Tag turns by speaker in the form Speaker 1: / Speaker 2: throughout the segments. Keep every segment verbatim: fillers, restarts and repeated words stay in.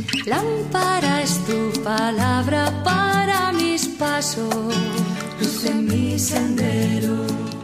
Speaker 1: Lámpara es tu palabra para mis pasos, luz en mi sendero.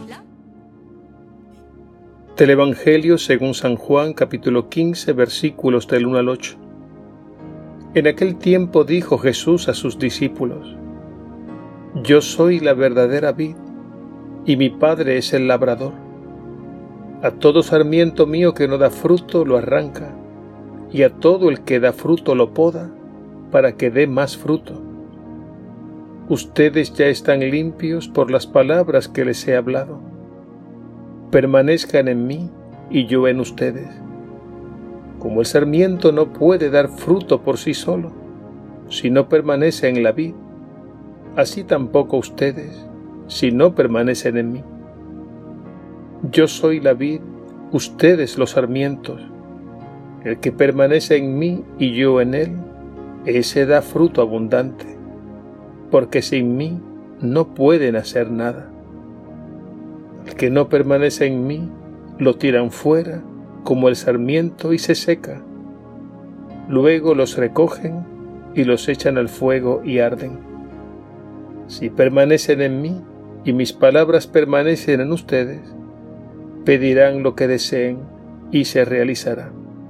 Speaker 2: Del Evangelio según San Juan, capítulo quince, versículos del uno al ocho. En aquel tiempo dijo Jesús a sus discípulos: Yo soy la verdadera vid, y mi Padre es el labrador. A todo sarmiento mío que no da fruto lo arranca, y a todo el que da fruto lo poda, para que dé más fruto. Ustedes ya están limpios por las palabras que les he hablado. Permanezcan en mí y yo en ustedes. Como el sarmiento no puede dar fruto por sí solo, si no permanece en la vid, así tampoco ustedes, si no permanecen en mí. Yo soy la vid, ustedes los sarmientos. El que permanece en mí y yo en él, ese da fruto abundante, porque sin mí no pueden hacer nada. El que no permanece en mí, lo tiran fuera como el sarmiento y se seca. Luego los recogen y los echan al fuego y arden. Si permanecen en mí y mis palabras permanecen en ustedes, pedirán lo que deseen y se realizará.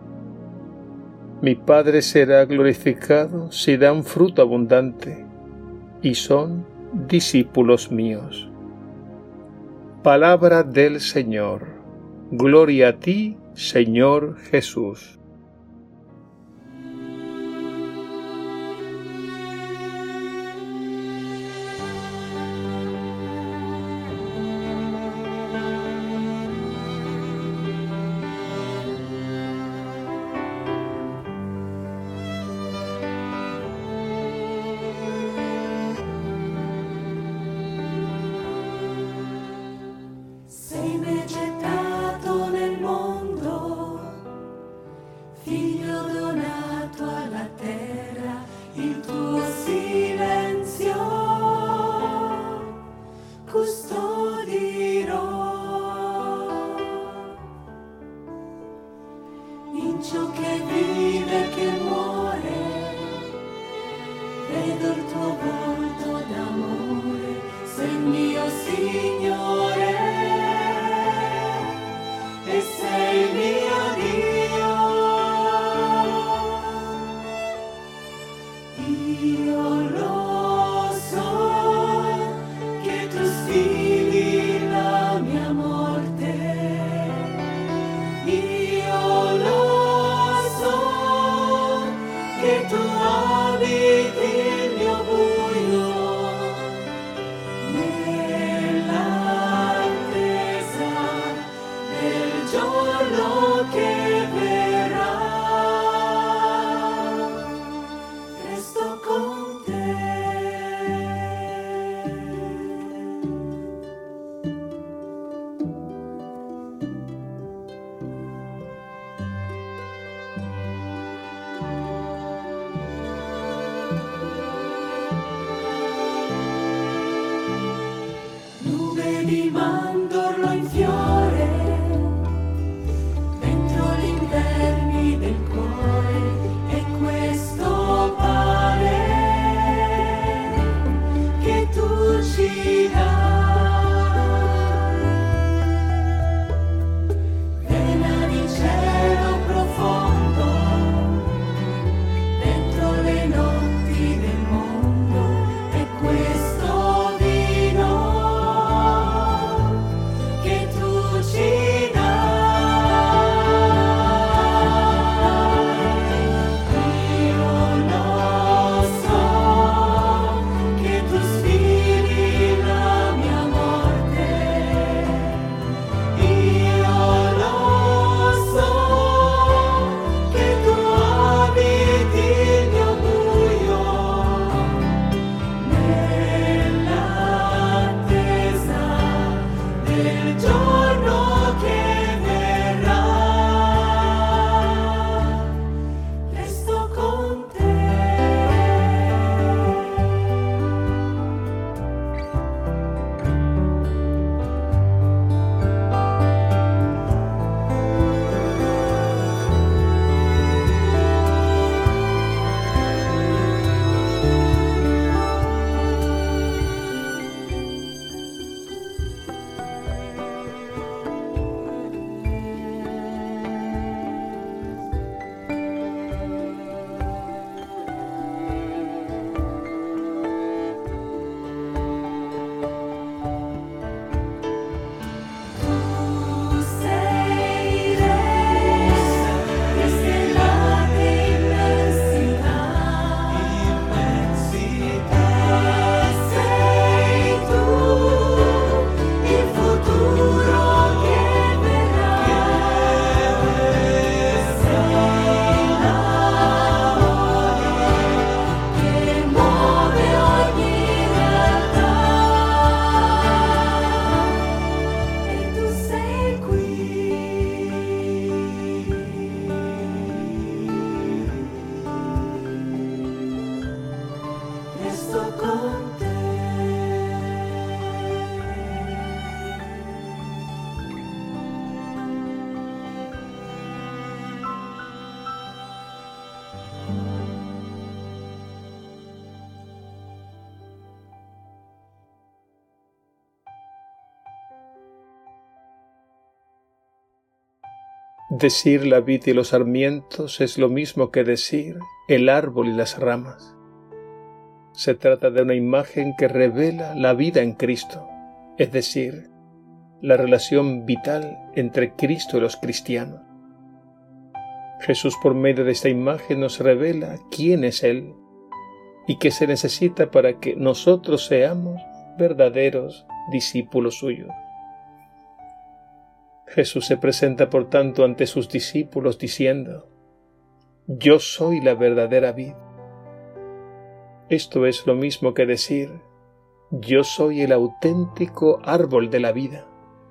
Speaker 2: Mi Padre será glorificado si dan fruto abundante y son discípulos míos. Palabra del Señor. Gloria a ti, Señor Jesús.
Speaker 3: Ciò che vive, che muore, vedo il tuo volto d'amore, sei mio Signore e sei mio Dio. Io lo so che tu sfidi la mia morte, io lo che tu abiti il mio buio, nell'attesa del giorno che verrà, resto con te. Di mandorlo in fiore, dentro gli inverni del cuore, e questo pane che tu ci dai, vena di cielo profondo, dentro le notti del mondo, e questo vino
Speaker 2: Decir la vid y los sarmientos es lo mismo que decir el árbol y las ramas. Se trata de una imagen que revela la vida en Cristo, es decir, la relación vital entre Cristo y los cristianos. Jesús, por medio de esta imagen, nos revela quién es Él y qué se necesita para que nosotros seamos verdaderos discípulos suyos. Jesús se presenta, por tanto, ante sus discípulos diciendo: Yo soy la verdadera vid. Esto es lo mismo que decir: Yo soy el auténtico árbol de la vida.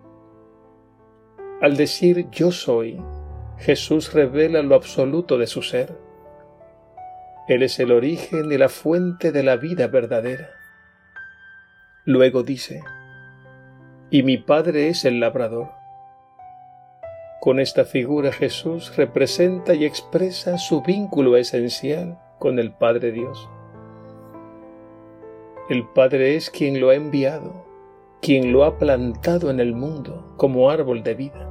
Speaker 2: Al decir yo soy, Jesús revela lo absoluto de su ser. Él es el origen y la fuente de la vida verdadera. Luego dice: y mi Padre es el labrador. Con esta figura Jesús representa y expresa su vínculo esencial con el Padre Dios. El Padre es quien lo ha enviado, quien lo ha plantado en el mundo como árbol de vida.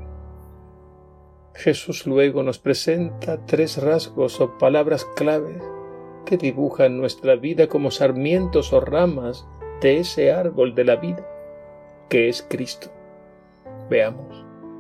Speaker 2: Jesús luego nos presenta tres rasgos o palabras claves que dibujan nuestra vida como sarmientos o ramas de ese árbol de la vida, que es Cristo. Veamos.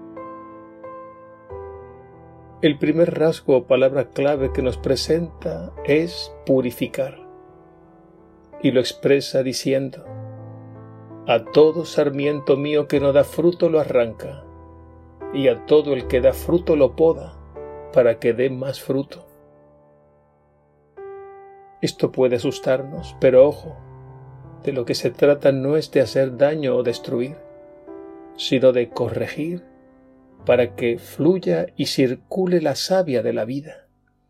Speaker 2: El primer rasgo o palabra clave que nos presenta es purificar, y lo expresa diciendo: a todo sarmiento mío que no da fruto lo arranca, y a todo el que da fruto lo poda, para que dé más fruto. Esto puede asustarnos, pero ojo, de lo que se trata no es de hacer daño o destruir, sino de corregir para que fluya y circule la savia de la vida.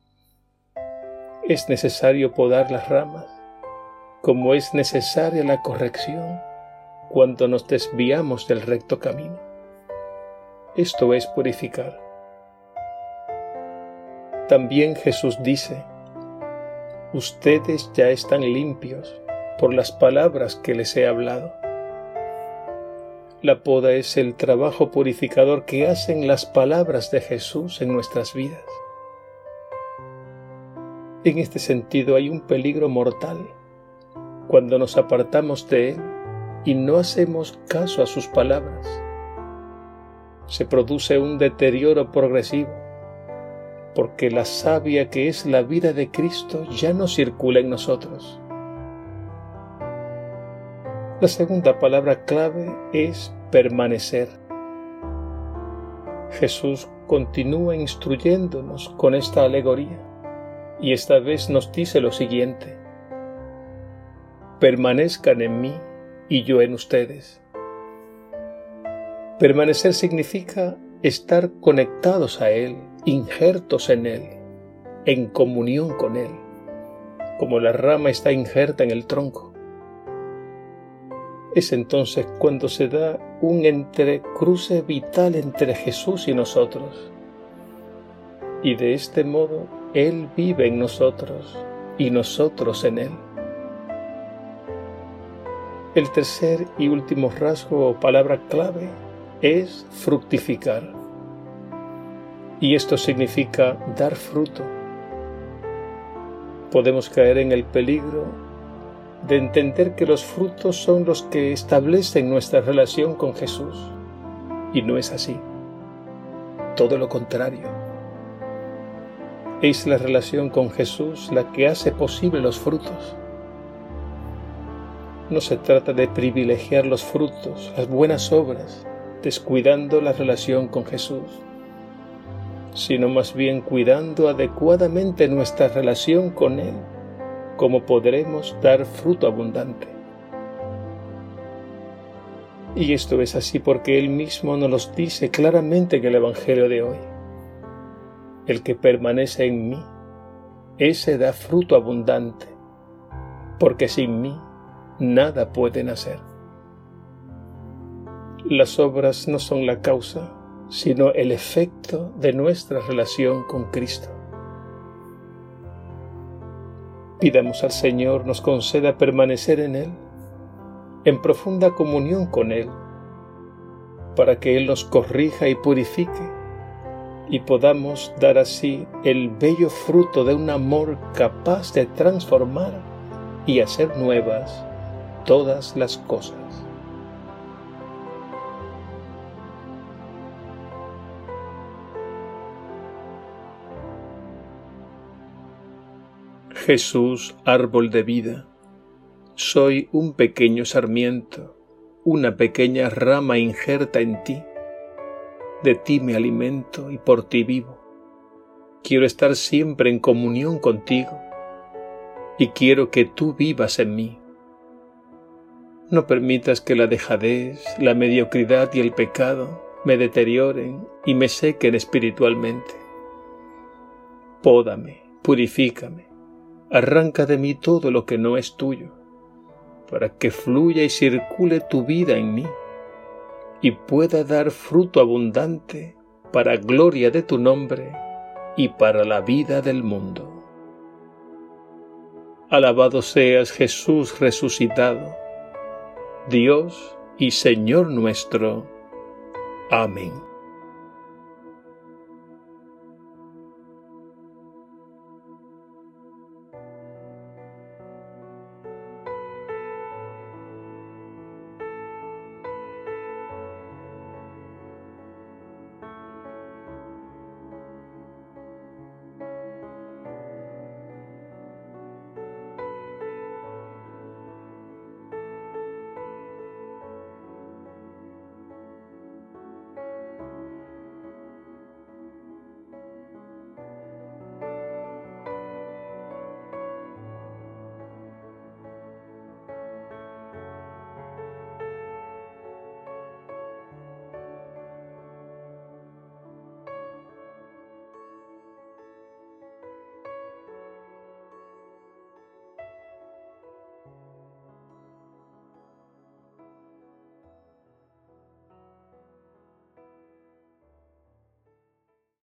Speaker 2: Es necesario podar las ramas, como es necesaria la corrección cuando nos desviamos del recto camino. Esto es purificar. También Jesús dice: ustedes ya están limpios por las palabras que les he hablado. La poda es el trabajo purificador que hacen las palabras de Jesús en nuestras vidas. En este sentido hay un peligro mortal cuando nos apartamos de Él y no hacemos caso a sus palabras. Se produce un deterioro progresivo, porque la savia que es la vida de Cristo ya no circula en nosotros. La segunda palabra clave es permanecer. Jesús continúa instruyéndonos con esta alegoría y esta vez nos dice lo siguiente: permanezcan en mí y yo en ustedes. Permanecer significa estar conectados a Él, injertos en Él, en comunión con Él, como la rama está injerta en el tronco. Es entonces cuando se da un entrecruce vital entre Jesús y nosotros. Y de este modo Él vive en nosotros y nosotros en Él. El tercer y último rasgo o palabra clave es fructificar. Y esto significa dar fruto. Podemos caer en el peligro de entender que los frutos son los que establecen nuestra relación con Jesús. Y no es así. Todo lo contrario. Es la relación con Jesús la que hace posible los frutos. No se trata de privilegiar los frutos, las buenas obras, descuidando la relación con Jesús, sino más bien cuidando adecuadamente nuestra relación con Él, como podremos dar fruto abundante. Y esto es así porque Él mismo nos lo dice claramente en el Evangelio de hoy. El que permanece en mí, ese da fruto abundante, porque sin mí nada pueden hacer. Las obras no son la causa, sino el efecto de nuestra relación con Cristo. Pidamos al Señor nos conceda permanecer en Él, en profunda comunión con Él, para que Él nos corrija y purifique, y podamos dar así el bello fruto de un amor capaz de transformar y hacer nuevas todas las cosas. Jesús, árbol de vida, soy un pequeño sarmiento, una pequeña rama injerta en ti. De ti me alimento y por ti vivo. Quiero estar siempre en comunión contigo y quiero que tú vivas en mí. No permitas que la dejadez, la mediocridad y el pecado me deterioren y me sequen espiritualmente. Pódame, purifícame, arranca de mí todo lo que no es tuyo, para que fluya y circule tu vida en mí y pueda dar fruto abundante para gloria de tu nombre y para la vida del mundo. Alabado seas, Jesús resucitado, Dios y Señor nuestro. Amén.